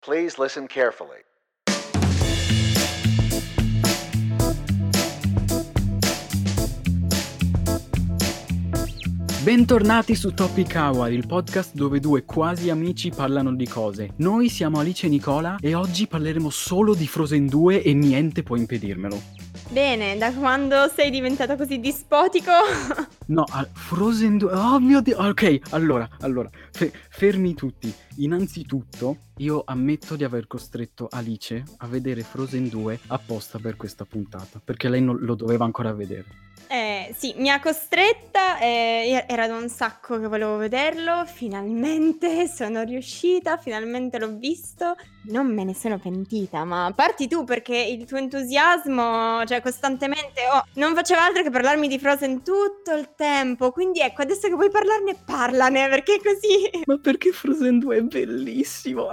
Please listen carefully. Bentornati su Topic Hour, il podcast dove due quasi amici parlano di cose. Noi siamo Alice e Nicola e oggi parleremo solo di Frozen 2 e niente può impedirmelo. Bene, da quando sei diventato così dispotico? No, Frozen 2... Oh mio Dio! Ok, allora, fermi tutti. Innanzitutto, io ammetto di aver costretto Alice a vedere Frozen 2 apposta per questa puntata, perché lei non lo doveva ancora vedere. Sì, mi ha costretta, era da un sacco che volevo vederlo, finalmente sono riuscita, finalmente l'ho visto, non me ne sono pentita, ma parti tu perché il tuo entusiasmo, cioè costantemente, non faceva altro che parlarmi di Frozen tutto il tempo, quindi ecco, adesso che vuoi parlarne, parlane, perché è così. Ma perché Frozen 2 è bellissimo?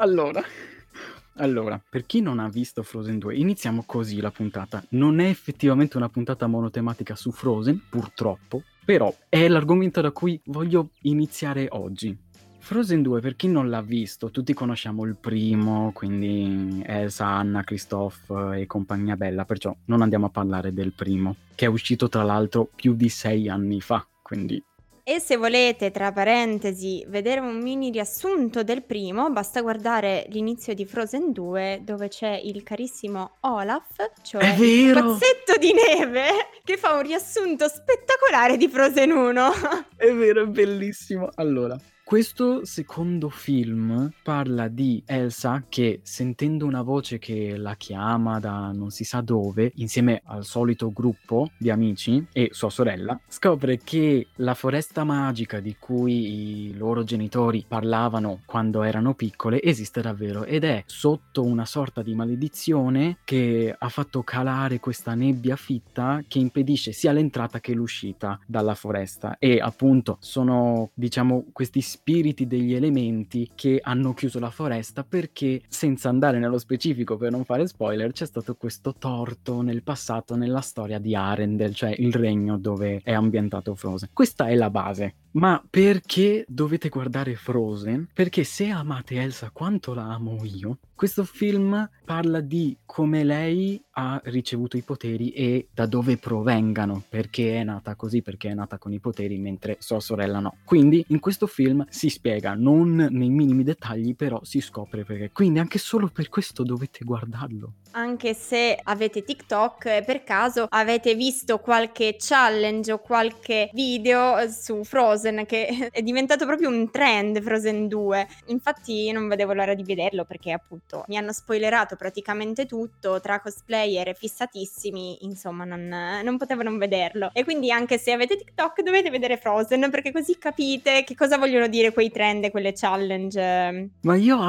Allora, per chi non ha visto Frozen 2, iniziamo così la puntata. Non è effettivamente una puntata monotematica su Frozen, purtroppo, però è l'argomento da cui voglio iniziare oggi. Frozen 2, per chi non l'ha visto, tutti conosciamo il primo, quindi Elsa, Anna, Kristoff e compagnia bella, perciò non andiamo a parlare del primo, che è uscito tra l'altro più di 6 anni fa, quindi... E se volete, tra parentesi, vedere un mini riassunto del primo, basta guardare l'inizio di Frozen 2, dove c'è il carissimo Olaf, cioè È il vero! pupazzetto di neve, che fa un riassunto spettacolare di Frozen 1. È vero, è bellissimo. Allora, questo secondo film parla di Elsa che, sentendo una voce che la chiama da non si sa dove, insieme al solito gruppo di amici e sua sorella, scopre che la foresta magica di cui i loro genitori parlavano quando erano piccole esiste davvero ed è sotto una sorta di maledizione che ha fatto calare questa nebbia fitta che impedisce sia l'entrata che l'uscita dalla foresta e appunto sono, diciamo, questi spiriti degli elementi che hanno chiuso la foresta perché, senza andare nello specifico per non fare spoiler, c'è stato questo torto nel passato nella storia di Arendelle, cioè il regno dove è ambientato Frozen. Questa è la base. Ma perché dovete guardare Frozen? Perché se amate Elsa quanto la amo io, questo film parla di come lei ha ricevuto i poteri e da dove provengano, perché è nata così, perché è nata con i poteri, mentre sua sorella no. Quindi in questo film si spiega, non nei minimi dettagli, però si scopre perché. Quindi anche solo per questo dovete guardarlo. Anche se avete TikTok e per caso avete visto qualche challenge o qualche video su Frozen, che è diventato proprio un trend Frozen 2. Infatti io non vedevo l'ora di vederlo perché appunto mi hanno spoilerato praticamente tutto, tra cosplayer fissatissimi, insomma non potevo non vederlo. E quindi anche se avete TikTok dovete vedere Frozen perché così capite che cosa vogliono dire quei trend e quelle challenge. Ma io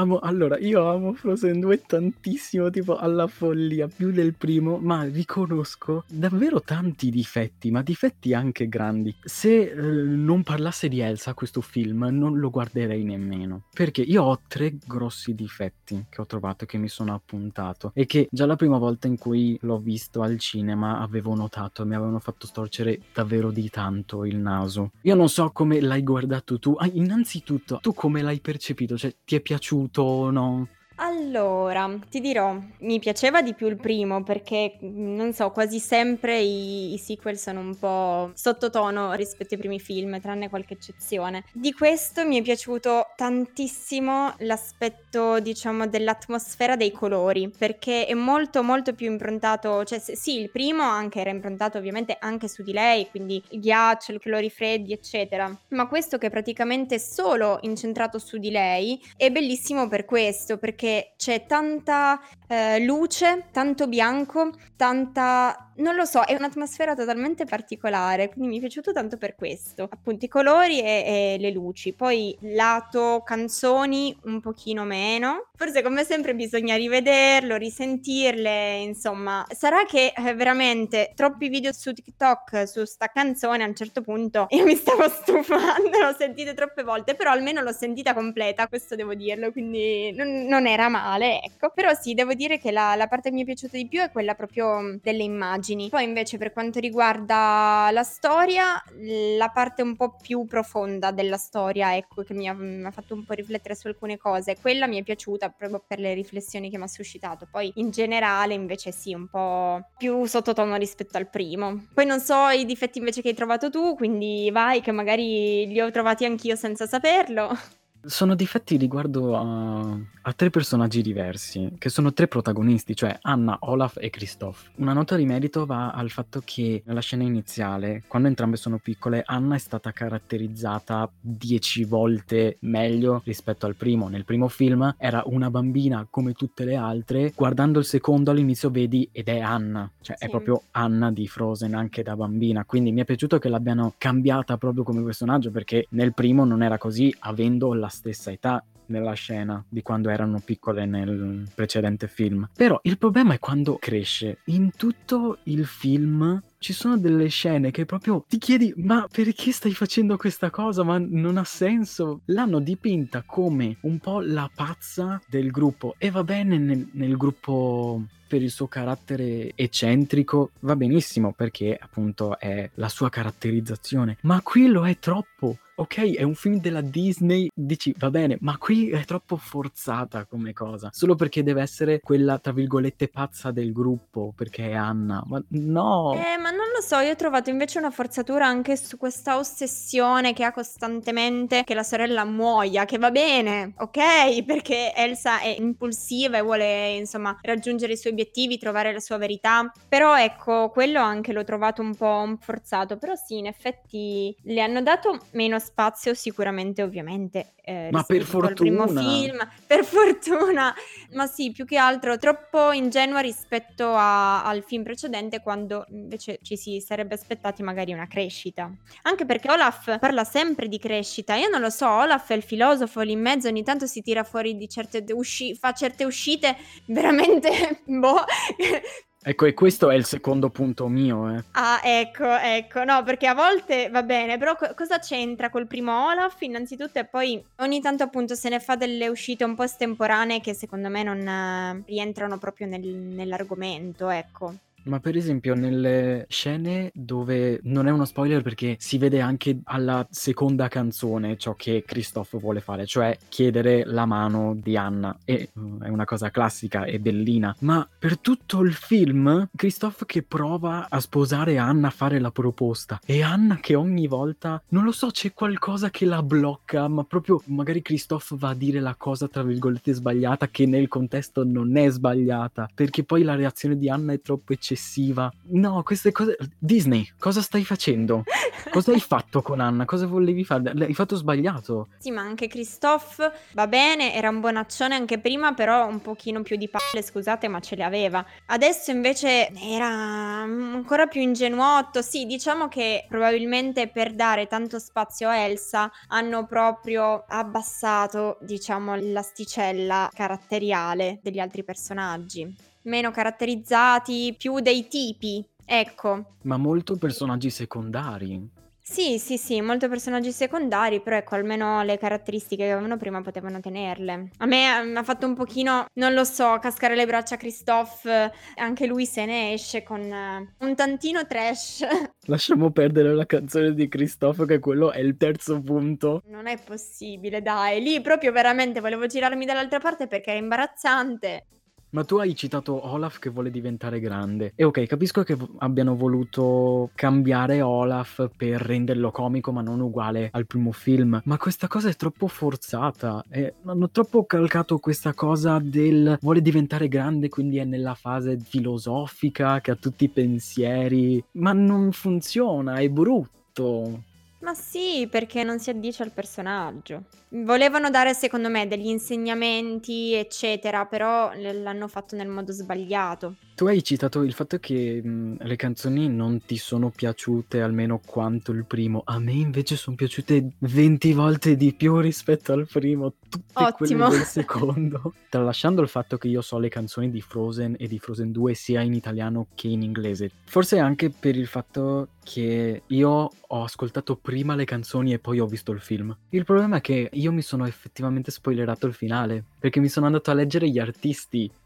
amo Frozen 2 tantissimo, tipo alla follia, più del primo, ma riconosco davvero tanti difetti, ma difetti anche grandi. Se non parlasse di Elsa questo film, non lo guarderei nemmeno, perché io ho 3 grossi difetti che ho trovato e che mi sono appuntato e che già la prima volta in cui l'ho visto al cinema avevo notato e mi avevano fatto storcere davvero di tanto il naso. Io non so come l'hai guardato tu. Innanzitutto, tu come l'hai percepito? Cioè, ti è piaciuto o no? Allora, ti dirò, mi piaceva di più il primo perché, non so, quasi sempre i sequel sono un po' sottotono rispetto ai primi film, tranne qualche eccezione. Di questo mi è piaciuto tantissimo l'aspetto, diciamo, dell'atmosfera dei colori, perché è molto molto più improntato, cioè sì, il primo anche era improntato ovviamente anche su di lei, quindi il ghiaccio, i colori freddi, eccetera. Ma questo che è praticamente solo incentrato su di lei è bellissimo per questo, perché c'è tanta luce, tanto bianco, tanta... non lo so, è un'atmosfera totalmente particolare, quindi mi è piaciuto tanto per questo. Appunto i colori e le luci. Poi lato canzoni un pochino meno. Forse come sempre bisogna rivederlo, risentirle, insomma. Sarà che veramente troppi video su TikTok su sta canzone a un certo punto io mi stavo stufando, l'ho sentita troppe volte, però almeno l'ho sentita completa, questo devo dirlo, quindi non era male, ecco. Però sì, devo dire che la parte che mi è piaciuta di più è quella proprio delle immagini, immagini. Poi invece per quanto riguarda la storia, la parte un po' più profonda della storia, ecco, che mi ha fatto un po' riflettere su alcune cose, quella mi è piaciuta proprio per le riflessioni che mi ha suscitato. Poi in generale invece sì, un po' più sottotono rispetto al primo. Poi non so i difetti invece che hai trovato tu, quindi vai che magari li ho trovati anch'io senza saperlo. Sono difetti riguardo a tre personaggi diversi, che sono tre protagonisti, cioè Anna, Olaf e Kristoff. Una nota di merito va al fatto che nella scena iniziale, quando entrambe sono piccole, Anna è stata caratterizzata 10 volte meglio rispetto al primo. Nel primo film era una bambina come tutte le altre, guardando il secondo all'inizio vedi ed è Anna, cioè è Sì. proprio Anna di Frozen anche da bambina, quindi mi è piaciuto che l'abbiano cambiata proprio come personaggio, perché nel primo non era così, avendo la stessa età nella scena di quando erano piccole nel precedente film. Però il problema è quando cresce. In tutto il film ci sono delle scene che proprio ti chiedi: ma perché stai facendo questa cosa? Ma non ha senso. L'hanno dipinta come un po' la pazza del gruppo, e va bene nel gruppo per il suo carattere eccentrico, va benissimo perché appunto è la sua caratterizzazione, ma qui lo è troppo. Ok, è un film della Disney, dici va bene, ma qui è troppo forzata come cosa, solo perché deve essere quella tra virgolette pazza del gruppo, perché è Anna, ma no. Ma non lo so, io ho trovato invece una forzatura anche su questa ossessione che ha costantemente che la sorella muoia, che va bene, ok, perché Elsa è impulsiva e vuole insomma raggiungere i suoi obiettivi, trovare la sua verità, però ecco, quello anche l'ho trovato un po' forzato, però sì, in effetti le hanno dato meno spazio sicuramente, ovviamente, Ma per rispetto al primo fortuna. film, per fortuna, ma sì, più che altro troppo ingenua rispetto al film precedente, quando invece ci si sarebbe aspettati magari una crescita. Anche perché Olaf parla sempre di crescita. Io non lo so, Olaf è il filosofo lì in mezzo, ogni tanto si tira fuori di certe fa certe uscite veramente boh. Ecco, e questo è il secondo punto mio, Ah, ecco. No, perché a volte va bene, però cosa c'entra col primo Olaf innanzitutto, e poi ogni tanto appunto se ne fa delle uscite un po' estemporanee che secondo me non rientrano proprio nell'argomento, ecco. Ma per esempio nelle scene dove non è uno spoiler perché si vede anche alla seconda canzone ciò che Christoph vuole fare, cioè chiedere la mano di Anna, e è una cosa classica e bellina, ma per tutto il film Christoph che prova a sposare Anna, a fare la proposta, e Anna che ogni volta, non lo so, c'è qualcosa che la blocca, ma proprio magari Christoph va a dire la cosa tra virgolette sbagliata che nel contesto non è sbagliata, perché poi la reazione di Anna è troppo eccessiva. No, queste cose. Disney, cosa stai facendo? Cosa hai fatto con Anna? Cosa volevi fare? L'hai fatto sbagliato. Sì, ma anche Christophe va bene, era un bonaccione anche prima, però un pochino più di palle, scusate, ma ce le aveva. Adesso invece era ancora più ingenuotto. Sì, diciamo che probabilmente per dare tanto spazio a Elsa hanno proprio abbassato, diciamo, l'asticella caratteriale degli altri personaggi. Meno caratterizzati, più dei tipi, ecco. Ma molto personaggi secondari. Sì, molto personaggi secondari, però ecco, almeno le caratteristiche che avevano prima potevano tenerle. A me ha fatto un pochino, non lo so, cascare le braccia Christophe, anche lui se ne esce con un tantino trash. Lasciamo perdere la canzone di Christoph, che quello è il terzo punto. Non è possibile, dai, lì proprio veramente volevo girarmi dall'altra parte perché era imbarazzante. Ma tu hai citato Olaf che vuole diventare grande. E ok, capisco che abbiano voluto cambiare Olaf per renderlo comico, ma non uguale al primo film. Ma questa cosa è troppo forzata. Hanno troppo calcato questa cosa del vuole diventare grande, quindi è nella fase filosofica, che ha tutti i pensieri. Ma non funziona, è brutto. Ma sì, perché non si addice al personaggio. Volevano dare, secondo me, degli insegnamenti, eccetera, però l'hanno fatto nel modo sbagliato. Tu hai citato il fatto che le canzoni non ti sono piaciute almeno quanto il primo. A me invece sono piaciute 20 volte di più rispetto al primo, tutte quelle Ottimo. del secondo. Tralasciando il fatto che io so le canzoni di Frozen e di Frozen 2 sia in italiano che in inglese. Forse anche per il fatto che io ho ascoltato prima le canzoni e poi ho visto il film. Il problema è che io mi sono effettivamente spoilerato il finale, perché mi sono andato a leggere gli artisti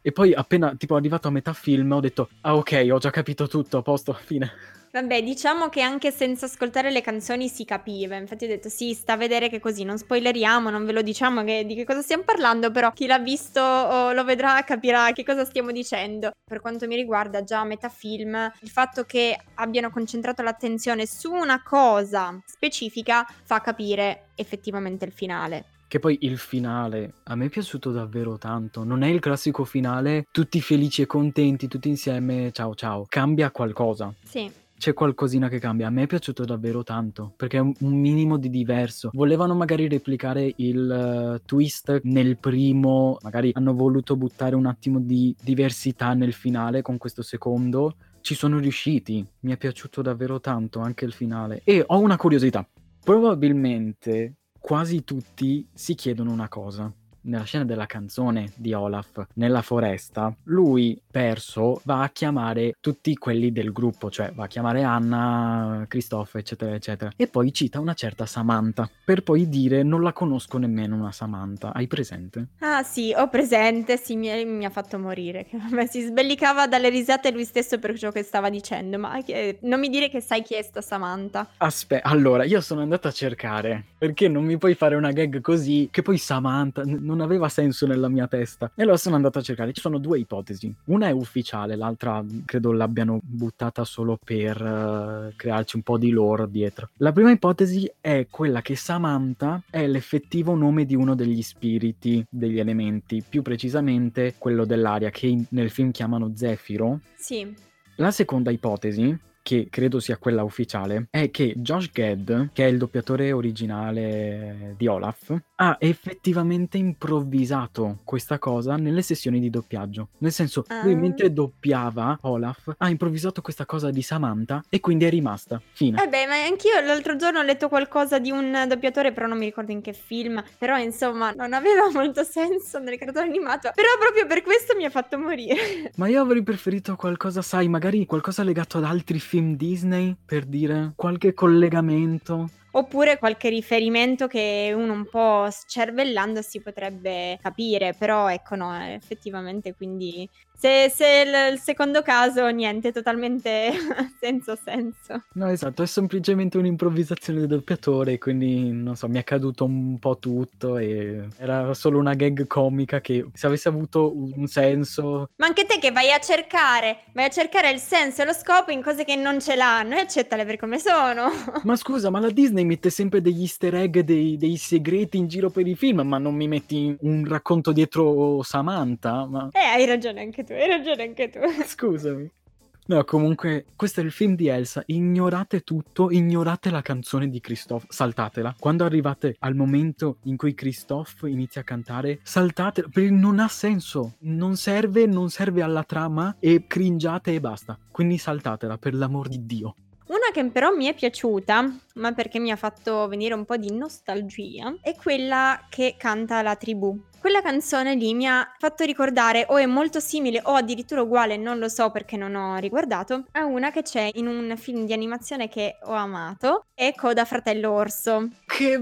E poi appena tipo arrivato a metà film ho detto ah ok, ho già capito tutto, a posto, fine. Vabbè, diciamo che anche senza ascoltare le canzoni si capiva. Infatti ho detto sì, sta a vedere che così non spoileriamo, non ve lo diciamo di che cosa stiamo parlando, però chi l'ha visto o lo vedrà capirà che cosa stiamo dicendo. Per quanto mi riguarda, già a metà film, il fatto che abbiano concentrato l'attenzione su una cosa specifica fa capire effettivamente il finale. Che poi il finale a me è piaciuto davvero tanto. Non è il classico finale, tutti felici e contenti, tutti insieme, ciao ciao. Cambia qualcosa. Sì. C'è qualcosina che cambia. A me è piaciuto davvero tanto, perché è un minimo di diverso. Volevano magari replicare il twist nel primo, magari hanno voluto buttare un attimo di diversità nel finale con questo secondo. Ci sono riusciti. Mi è piaciuto davvero tanto anche il finale. E ho una curiosità. Probabilmente quasi tutti si chiedono una cosa. Nella scena della canzone di Olaf, nella foresta, lui, perso, va a chiamare tutti quelli del gruppo, cioè va a chiamare Anna, Christoph, eccetera, eccetera. E poi cita una certa Samantha, per poi dire non la conosco nemmeno una Samantha. Hai presente? Ah sì, ho presente, sì, mi ha fatto morire. Vabbè, si sbellicava dalle risate lui stesso per ciò che stava dicendo, ma non mi dire che sai chi è sta Samantha. Aspetta, allora, io sono andato a cercare, perché non mi puoi fare una gag così, che poi Samantha non aveva senso nella mia testa. E allora sono andato a cercare, ci sono due ipotesi. Una è ufficiale, l'altra credo l'abbiano buttata solo per crearci un po' di lore dietro. La prima ipotesi è quella che Samantha è l'effettivo nome di uno degli spiriti, degli elementi, più precisamente quello dell'aria, che nel film chiamano Zefiro. Sì. La seconda ipotesi, che credo sia quella ufficiale, è che Josh Gad, che è il doppiatore originale di Olaf, ha effettivamente improvvisato questa cosa nelle sessioni di doppiaggio. Nel senso, lui mentre doppiava Olaf ha improvvisato questa cosa di Samantha e quindi è rimasta. Fine. Beh, ma anch'io l'altro giorno ho letto qualcosa di un doppiatore, però non mi ricordo in che film. Però insomma, non aveva molto senso nel cartone animato. Però proprio per questo mi ha fatto morire. Ma io avrei preferito qualcosa, sai, magari qualcosa legato ad altri film Disney, per dire, qualche collegamento. Oppure qualche riferimento che uno un po' scervellando si potrebbe capire, però ecco no, effettivamente quindi se il secondo caso niente, totalmente senza senso. No, esatto, è semplicemente un'improvvisazione del doppiatore, quindi non so, mi è caduto un po' tutto e era solo una gag comica che se avesse avuto un senso... Ma anche te che vai a cercare il senso e lo scopo in cose che non ce l'hanno e accettale per come sono. Ma scusa, ma la Disney mette sempre degli easter egg, dei segreti in giro per i film, ma non mi metti un racconto dietro Samantha? Ma Hai ragione anche tu, hai ragione anche tu. scusami. No, comunque, questo è il film di Elsa. Ignorate tutto, ignorate la canzone di Christophe, saltatela. Quando arrivate al momento in cui Christophe inizia a cantare, saltatela, perché non ha senso. Non serve alla trama e cringiate e basta. Quindi saltatela, per l'amor di Dio. Una che però mi è piaciuta, ma perché mi ha fatto venire un po' di nostalgia, è quella che canta la tribù. Quella canzone lì mi ha fatto ricordare, o è molto simile, o addirittura uguale, non lo so perché non ho riguardato, a una che c'è in un film di animazione che ho amato, è Coda Fratello Orso. Che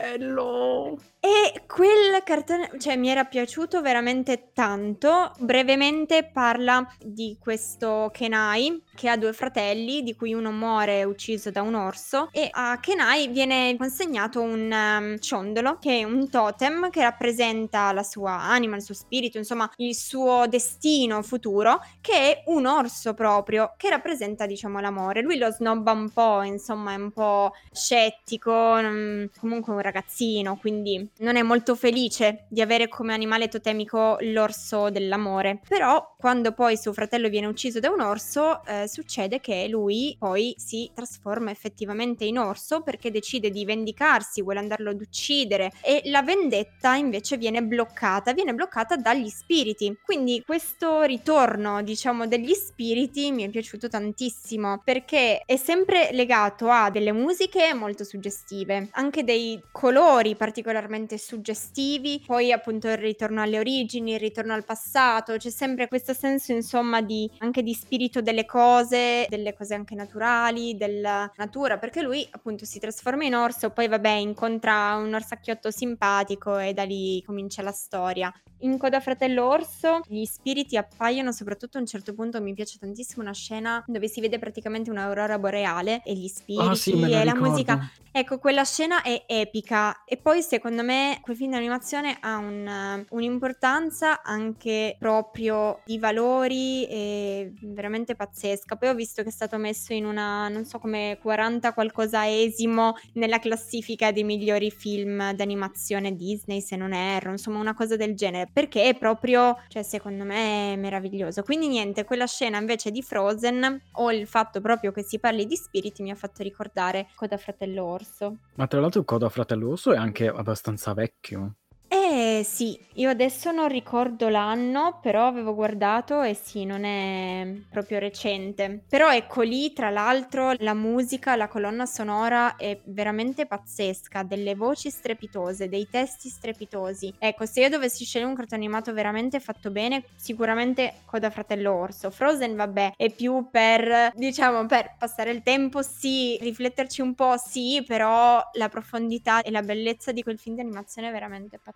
bello! E quel cartone, cioè mi era piaciuto veramente tanto. Brevemente parla di questo Kenai che ha due fratelli, di cui uno muore ucciso da un orso, e a Kenai viene consegnato un ciondolo, che è un totem che rappresenta la sua anima, il suo spirito, insomma il suo destino futuro, che è un orso proprio, che rappresenta diciamo l'amore. Lui lo snobba un po', insomma è un po' scettico, comunque un ragazzino, quindi non è molto felice di avere come animale totemico l'orso dell'amore. Però quando poi suo fratello viene ucciso da un orso, succede che lui poi si trasforma effettivamente in orso perché decide di vendicarsi, vuole andarlo ad uccidere, e la vendetta invece viene bloccata dagli spiriti. Quindi questo ritorno, diciamo, degli spiriti mi è piaciuto tantissimo perché è sempre legato a delle musiche molto suggestive, anche dei colori particolarmente suggestivi, poi appunto il ritorno alle origini, il ritorno al passato, c'è sempre questo senso insomma anche di spirito delle cose anche naturali, della natura, perché lui appunto si trasforma in orso, poi vabbè incontra un orsacchiotto simpatico e da lì comincia la storia. In Coda Fratello Orso gli spiriti appaiono soprattutto a un certo punto, mi piace tantissimo una scena dove si vede praticamente un'aurora boreale e gli Ah sì, me spiriti la e la musica. ricordo. Ecco, quella scena è epica e poi secondo me quel film d'animazione ha un'importanza anche proprio di valori veramente pazzesca. Poi ho visto che è stato messo in una, non so, come 40 qualcosaesimo nella classifica dei migliori film d'animazione Disney, se non erro, insomma una cosa del genere, perché è proprio, cioè secondo me è meraviglioso. Quindi niente, quella scena invece di Frozen o il fatto proprio che si parli di spiriti mi ha fatto ricordare Coda Fratello Orso. Ma tra l'altro Coda Fratello Rosso è anche abbastanza vecchio. Sì, io adesso non ricordo l'anno, però avevo guardato e sì, non è proprio recente. Però ecco lì, tra l'altro, la musica, la colonna sonora è veramente pazzesca, delle voci strepitose, dei testi strepitosi. Ecco, se io dovessi scegliere un cartone animato veramente fatto bene, sicuramente Coda Fratello Orso. Frozen, vabbè, è più per, diciamo, per passare il tempo, sì, rifletterci un po', sì, però la profondità e la bellezza di quel film di animazione è veramente pazzesca.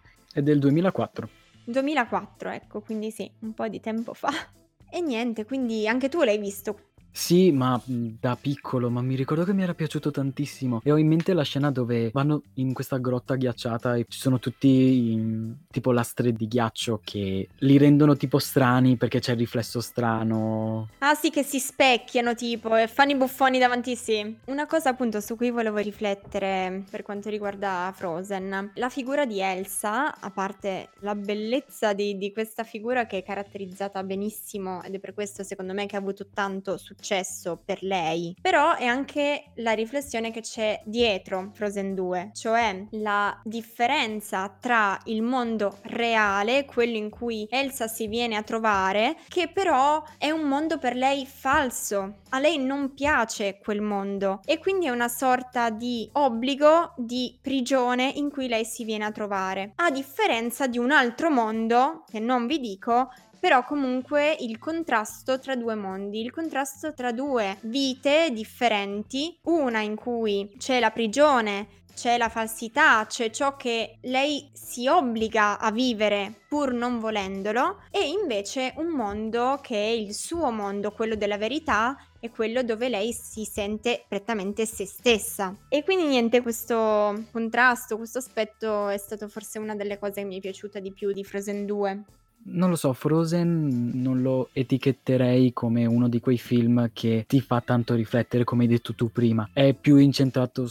È del 2004. 2004, ecco, quindi sì, un po' di tempo fa. E niente, quindi anche tu l'hai visto. Sì, ma da piccolo, ma mi ricordo che mi era piaciuto tantissimo. E ho in mente la scena dove vanno in questa grotta ghiacciata e ci sono tutti tipo lastre di ghiaccio che li rendono tipo strani perché c'è il riflesso strano. Ah sì, che si specchiano tipo e fanno i buffoni davanti, sì. Una cosa appunto su cui volevo riflettere per quanto riguarda Frozen. La figura di Elsa, a parte la bellezza di questa figura che è caratterizzata benissimo ed è per questo secondo me che ha avuto tanto successo per lei, però è anche la riflessione che c'è dietro Frozen 2, cioè la differenza tra il mondo reale, quello in cui Elsa si viene a trovare, che però è un mondo per lei falso. A lei non piace quel mondo e quindi è una sorta di obbligo, di prigione in cui lei si viene a trovare. A differenza di un altro mondo, che non vi dico, però comunque il contrasto tra due mondi, il contrasto tra due vite differenti, una in cui c'è la prigione, c'è la falsità, c'è ciò che lei si obbliga a vivere pur non volendolo, e invece un mondo che è il suo mondo, quello della verità, è quello dove lei si sente prettamente se stessa. E quindi niente, questo contrasto, questo aspetto è stato forse una delle cose che mi è piaciuta di più di Frozen 2. Non lo so, Frozen non lo etichetterei come uno di quei film che ti fa tanto riflettere, come hai detto tu prima. È più incentrato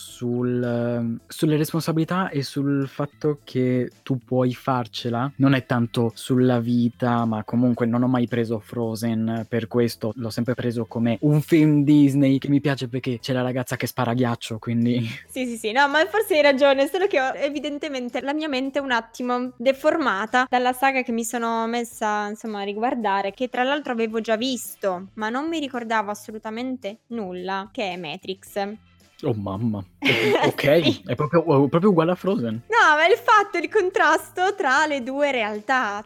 sulle responsabilità e sul fatto che tu puoi farcela. Non è tanto sulla vita, ma comunque non ho mai preso Frozen per questo. L'ho sempre preso come un film Disney che mi piace perché c'è la ragazza che spara ghiaccio, quindi... Sì, no, ma forse hai ragione, solo che evidentemente la mia mente è un attimo deformata dalla saga che mi sono messa, insomma, a riguardare, che tra l'altro avevo già visto, ma non mi ricordavo assolutamente nulla, che è Matrix. Oh mamma. Ok, Sì. è proprio uguale a Frozen. No, ma il fatto, il contrasto tra le due realtà.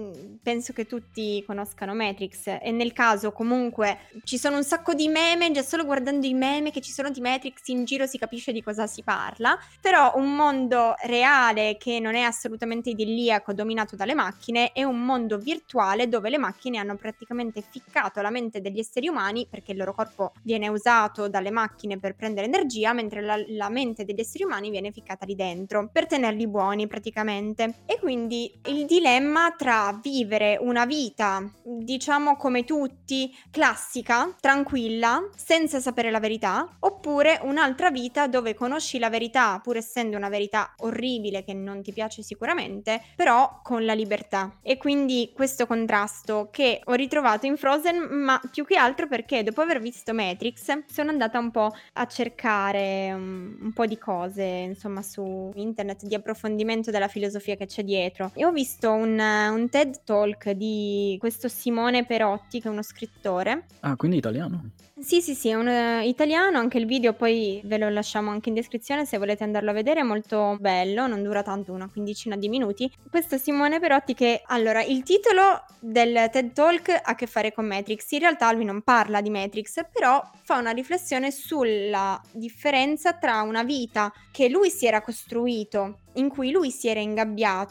Penso che tutti conoscano Matrix e nel caso comunque ci sono un sacco di meme, già solo guardando i meme che ci sono di Matrix in giro si capisce di cosa si parla, però un mondo reale che non è assolutamente idilliaco, dominato dalle macchine, è un mondo virtuale dove le macchine hanno praticamente ficcato la mente degli esseri umani, perché il loro corpo viene usato dalle macchine per prendere energia, mentre la mente degli esseri umani viene ficcata lì dentro per tenerli buoni praticamente. E quindi il dilemma tra vivere una vita, diciamo come tutti, classica, tranquilla, senza sapere la verità, oppure un'altra vita dove conosci la verità, pur essendo una verità orribile che non ti piace sicuramente, però con la libertà. E quindi questo contrasto che ho ritrovato in Frozen, ma più che altro perché dopo aver visto Matrix sono andata un po' a cercare un po' di cose, insomma, su internet, di approfondimento della filosofia che c'è dietro. E ho visto un TED Talk di questo Simone Perotti, che è uno scrittore. Ah, quindi italiano. Sì, è un italiano, anche il video poi ve lo lasciamo anche in descrizione se volete andarlo a vedere, è molto bello, non dura tanto, una quindicina di minuti. Questo Simone Perotti che, allora, il titolo del TED Talk ha a che fare con Matrix, in realtà lui non parla di Matrix, però fa una riflessione sulla differenza tra una vita che lui si era costruito, in cui lui si era ingabbiato,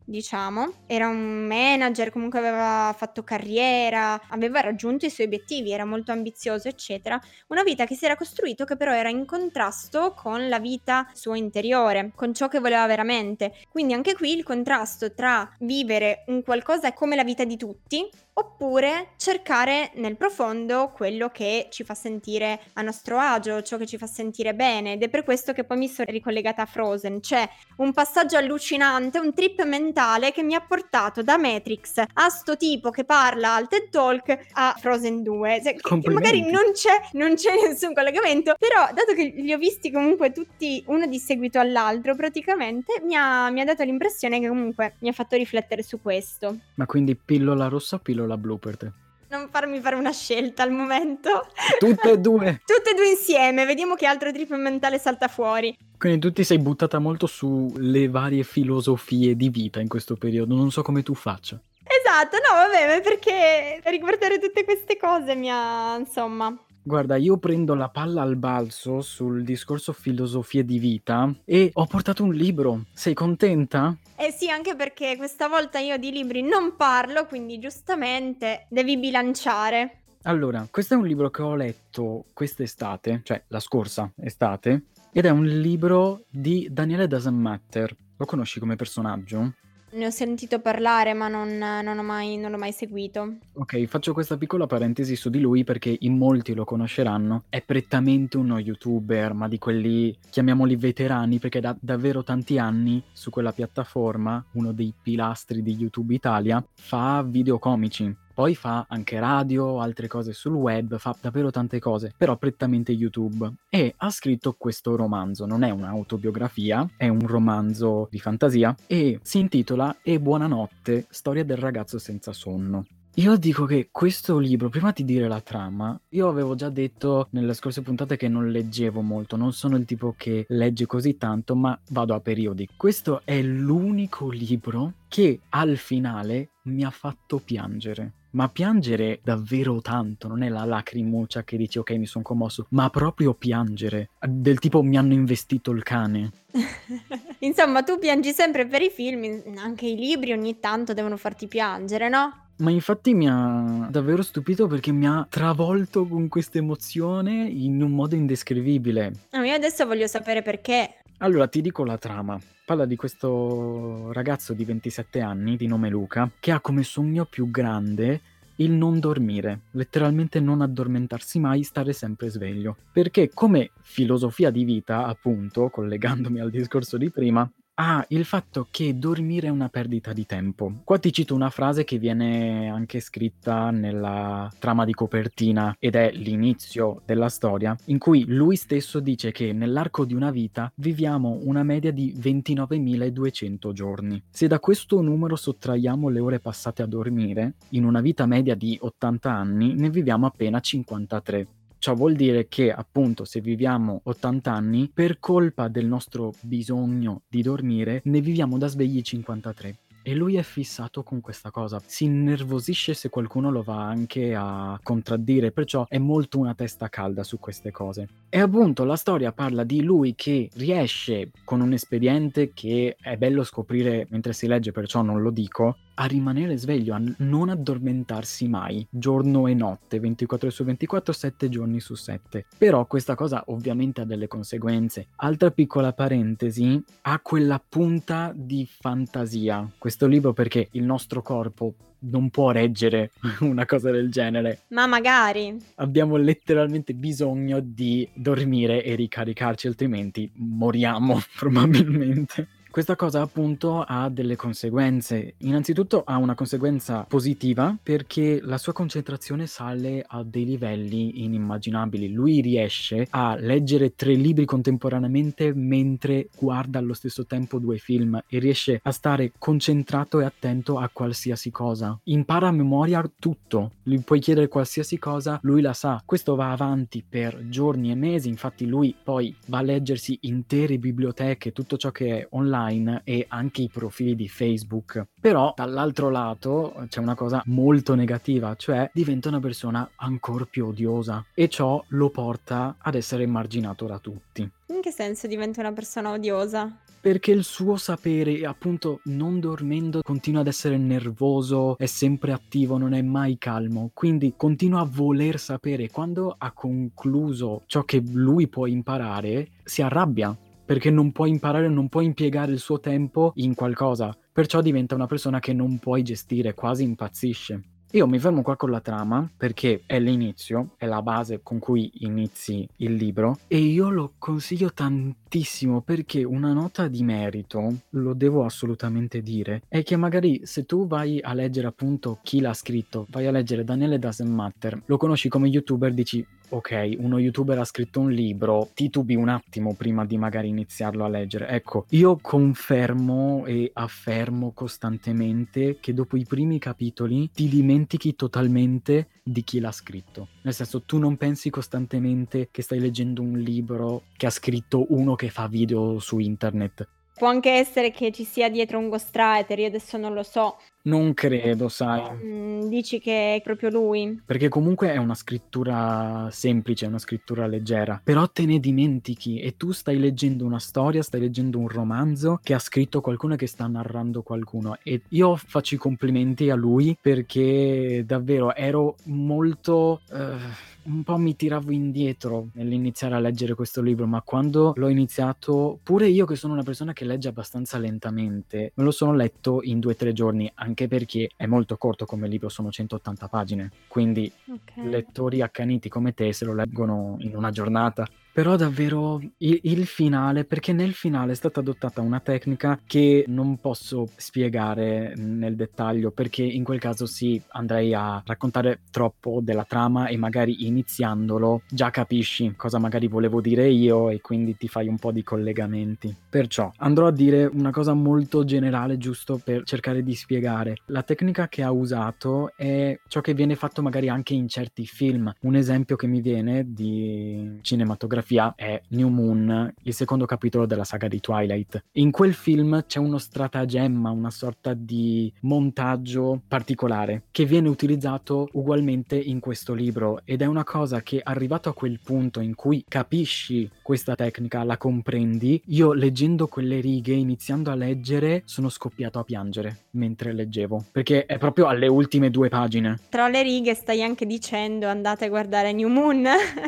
diciamo. Era un manager, comunque aveva fatto carriera, aveva raggiunto i suoi obiettivi, era molto ambizioso, eccetera. Una vita che si era costruito che però era in contrasto con la vita sua interiore, con ciò che voleva veramente. Quindi anche qui il contrasto tra vivere un qualcosa come la vita di tutti, oppure cercare nel profondo quello che ci fa sentire a nostro agio, ciò che ci fa sentire bene. Ed è per questo che poi mi sono ricollegata a Frozen. C'è un passaggio allucinante, un trip mentale che mi ha portato da Matrix a sto tipo che parla al TED Talk a Frozen 2. Che magari Complimenti. non c'è nessun collegamento, però dato che li ho visti comunque tutti uno di seguito all'altro, praticamente mi ha dato l'impressione che comunque mi ha fatto riflettere su questo. Ma quindi pillola rossa o pillola blu per te? Non farmi fare una scelta al momento. Tutte e due! Tutte e due insieme, vediamo che altro trip mentale salta fuori. Quindi tu ti sei buttata molto sulle varie filosofie di vita in questo periodo, non so come tu faccia. Esatto, no vabbè, ma perché riguardare tutte queste cose mi ha, insomma... Guarda, io prendo la palla al balzo sul discorso filosofie di vita e ho portato un libro. Sei contenta? Eh sì, anche perché questa volta io di libri non parlo, quindi giustamente devi bilanciare. Allora, questo è un libro che ho letto quest'estate, cioè la scorsa estate, ed è un libro di Daniele Doesn't Matter. Lo conosci come personaggio? Ne ho sentito parlare, ma non l'ho mai seguito. Ok, faccio questa piccola parentesi su di lui perché in molti lo conosceranno. È prettamente uno youtuber, ma di quelli, chiamiamoli veterani, perché da davvero tanti anni su quella piattaforma, uno dei pilastri di YouTube Italia, fa video comici. Poi fa anche radio, altre cose sul web, fa davvero tante cose, però prettamente YouTube. E ha scritto questo romanzo, non è un'autobiografia, è un romanzo di fantasia e si intitola E buonanotte, storia del ragazzo senza sonno. Io dico che questo libro, prima di dire la trama, io avevo già detto nelle scorse puntate che non leggevo molto, non sono il tipo che legge così tanto, ma vado a periodi. Questo è l'unico libro che al finale mi ha fatto piangere. Ma piangere davvero tanto, non è la lacrimuccia che dici ok mi sono commosso, ma proprio piangere, del tipo mi hanno investito il cane. Insomma, tu piangi sempre per i film, anche i libri ogni tanto devono farti piangere, no? Ma infatti mi ha davvero stupito perché mi ha travolto con questa emozione in un modo indescrivibile. No, io adesso voglio sapere perché. Allora ti dico la trama. Parla di questo ragazzo di 27 anni, di nome Luca, che ha come sogno più grande il non dormire, letteralmente non addormentarsi mai, stare sempre sveglio. Perché come filosofia di vita, appunto, collegandomi al discorso di prima, ha il fatto che dormire è una perdita di tempo. Qua ti cito una frase che viene anche scritta nella trama di copertina ed è l'inizio della storia, in cui lui stesso dice che nell'arco di una vita viviamo una media di 29.200 giorni. Se da questo numero sottraiamo le ore passate a dormire, in una vita media di 80 anni ne viviamo appena 53. Ciò vuol dire che appunto se viviamo 80 anni, per colpa del nostro bisogno di dormire, ne viviamo da svegli 53. E lui è fissato con questa cosa, si innervosisce se qualcuno lo va anche a contraddire, perciò è molto una testa calda su queste cose. E appunto la storia parla di lui che riesce con un espediente che è bello scoprire mentre si legge, perciò non lo dico, a rimanere sveglio, a non addormentarsi mai, giorno e notte, 24 ore su 24, 7 giorni su 7. Però questa cosa ovviamente ha delle conseguenze. Altra piccola parentesi, ha quella punta di fantasia, questo libro, perché il nostro corpo non può reggere una cosa del genere. Ma magari. Abbiamo letteralmente bisogno di dormire e ricaricarci, altrimenti moriamo probabilmente. Questa cosa appunto ha delle conseguenze. Innanzitutto ha una conseguenza positiva perché la sua concentrazione sale a dei livelli inimmaginabili. Lui riesce a leggere 3 libri contemporaneamente mentre guarda allo stesso tempo 2 film e riesce a stare concentrato e attento a qualsiasi cosa. Impara a memoria tutto. Gli puoi chiedere qualsiasi cosa, lui la sa. Questo va avanti per giorni e mesi, infatti lui poi va a leggersi intere biblioteche, tutto ciò che è online online e anche i profili di Facebook. Però dall'altro lato c'è una cosa molto negativa, cioè diventa una persona ancora più odiosa e ciò lo porta ad essere emarginato da tutti. In che senso diventa una persona odiosa? Perché il suo sapere, appunto, non dormendo, continua ad essere nervoso, è sempre attivo, non è mai calmo, quindi continua a voler sapere. Quando ha concluso ciò che lui può imparare, si arrabbia, perché non può imparare, non può impiegare il suo tempo in qualcosa, perciò diventa una persona che non puoi gestire, quasi impazzisce. Io mi fermo qua con la trama perché è l'inizio, è la base con cui inizi il libro e io lo consiglio tantissimo perché una nota di merito, lo devo assolutamente dire, è che magari se tu vai a leggere appunto chi l'ha scritto, vai a leggere Daniele Doesn't Matter, lo conosci come youtuber, dici ok, uno youtuber ha scritto un libro, titubi un attimo prima di magari iniziarlo a leggere. Ecco, io confermo e affermo costantemente che dopo i primi capitoli ti dimentichi totalmente di chi l'ha scritto. Nel senso, tu non pensi costantemente che stai leggendo un libro che ha scritto uno che fa video su internet. Può anche essere che ci sia dietro un ghostwriter, io adesso non lo so. Non credo, sai. Dici che è proprio lui? Perché comunque è una scrittura semplice, è una scrittura leggera, però te ne dimentichi e tu stai leggendo una storia, stai leggendo un romanzo che ha scritto qualcuno e che sta narrando qualcuno e io faccio i complimenti a lui perché davvero ero molto... un po' mi tiravo indietro nell'iniziare a leggere questo libro, ma quando l'ho iniziato, pure io che sono una persona che legge abbastanza lentamente, me lo sono letto in 2-3 giorni, anche perché è molto corto come libro, sono 180 pagine, quindi lettori accaniti come te se lo leggono in una giornata. Però davvero il finale, perché nel finale è stata adottata una tecnica che non posso spiegare nel dettaglio, perché in quel caso sì, andrei a raccontare troppo della trama e magari iniziandolo già capisci cosa magari volevo dire io e quindi ti fai un po' di collegamenti. Perciò andrò a dire una cosa molto generale giusto per cercare di spiegare. La tecnica che ha usato è ciò che viene fatto magari anche in certi film. Un esempio che mi viene di cinematografia è New Moon, il secondo capitolo della saga di Twilight. In quel film c'è uno stratagemma, una sorta di montaggio particolare che viene utilizzato ugualmente in questo libro ed è una cosa che arrivato a quel punto in cui capisci questa tecnica, la comprendi, io leggendo quelle righe, iniziando a leggere, sono scoppiato a piangere mentre leggevo, perché è proprio alle ultime 2 pagine. Tra le righe stai anche dicendo andate a guardare New Moon?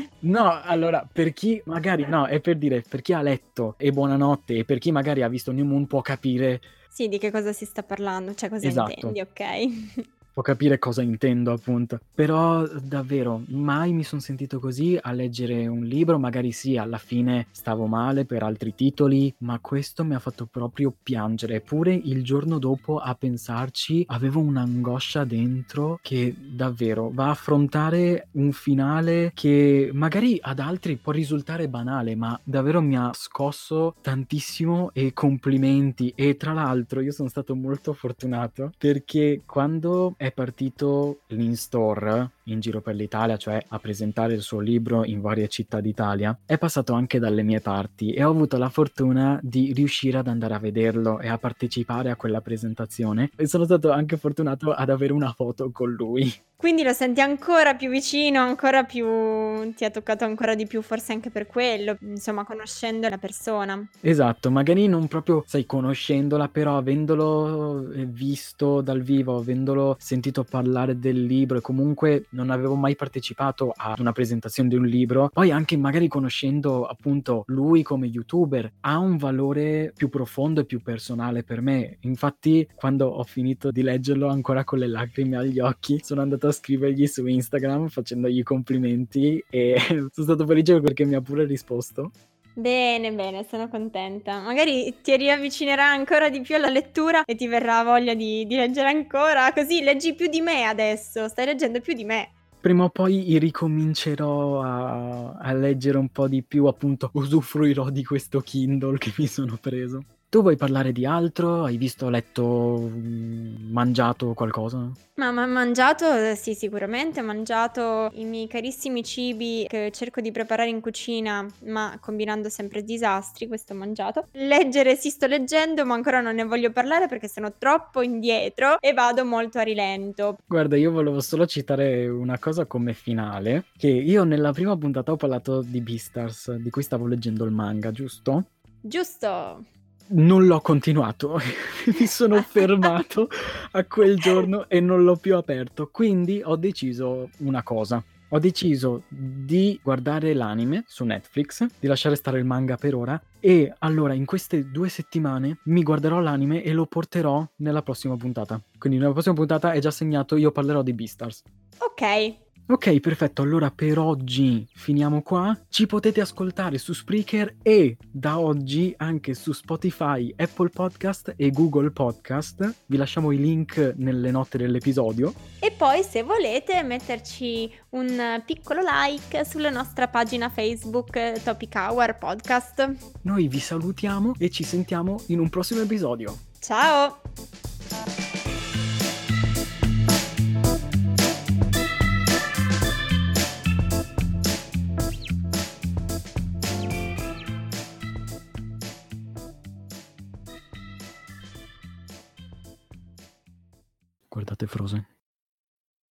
No, allora, per chi magari no, è per dire, per chi ha letto e buonanotte e per chi magari ha visto New Moon può capire. Sì, di che cosa si sta parlando, cioè cosa Esatto. intendi, ok? Può capire cosa intendo, appunto. Però davvero mai mi sono sentito così a leggere un libro, magari sì, alla fine stavo male per altri titoli, ma questo mi ha fatto proprio piangere. Eppure il giorno dopo a pensarci avevo un'angoscia dentro che davvero va a affrontare un finale che magari ad altri può risultare banale, ma davvero mi ha scosso tantissimo e complimenti. E tra l'altro io sono stato molto fortunato perché quando è partito l'in-store in giro per l'Italia, cioè a presentare il suo libro in varie città d'Italia, è passato anche dalle mie parti e ho avuto la fortuna di riuscire ad andare a vederlo e a partecipare a quella presentazione e sono stato anche fortunato ad avere una foto con lui. Quindi lo senti ancora più vicino, ancora più ti ha toccato ancora di più, forse anche per quello, insomma, conoscendo la persona. Esatto, magari non proprio, sai, conoscendola, però avendolo visto dal vivo, avendolo sentito parlare del libro e comunque non avevo mai partecipato ad una presentazione di un libro, poi anche magari conoscendo appunto lui come youtuber, ha un valore più profondo e più personale per me. Infatti, quando ho finito di leggerlo ancora con le lacrime agli occhi, sono andato a scrivergli su Instagram facendogli complimenti e sono stato felice perché mi ha pure risposto. Bene, bene, sono contenta. Magari ti riavvicinerà ancora di più alla lettura e ti verrà voglia di leggere ancora, così leggi più di me adesso, stai leggendo più di me. Prima o poi ricomincerò a leggere un po' di più, appunto usufruirò di questo Kindle che mi sono preso. Tu vuoi parlare di altro? Hai visto, letto, mangiato qualcosa? Ma mangiato, sì, sicuramente, ho mangiato i miei carissimi cibi che cerco di preparare in cucina, ma combinando sempre disastri, questo ho mangiato. Leggere sì, sto leggendo, ma ancora non ne voglio parlare perché sono troppo indietro e vado molto a rilento. Guarda, io volevo solo citare una cosa come finale, che io nella prima puntata ho parlato di Beastars, di cui stavo leggendo il manga, giusto? Giusto. Non l'ho continuato, mi sono fermato a quel giorno e non l'ho più aperto, quindi ho deciso una cosa. Ho deciso di guardare l'anime su Netflix, di lasciare stare il manga per ora, e allora in queste 2 settimane mi guarderò l'anime e lo porterò nella prossima puntata. Quindi nella prossima puntata è già segnato, io parlerò di Beastars. Ok. Ok, perfetto, allora per oggi finiamo qua. Ci potete ascoltare su Spreaker e da oggi anche su Spotify, Apple Podcast e Google Podcast. Vi lasciamo i link nelle note dell'episodio. E poi se volete metterci un piccolo like sulla nostra pagina Facebook Topic Hour Podcast. Noi vi salutiamo e ci sentiamo in un prossimo episodio. Ciao! Guardate Frozen.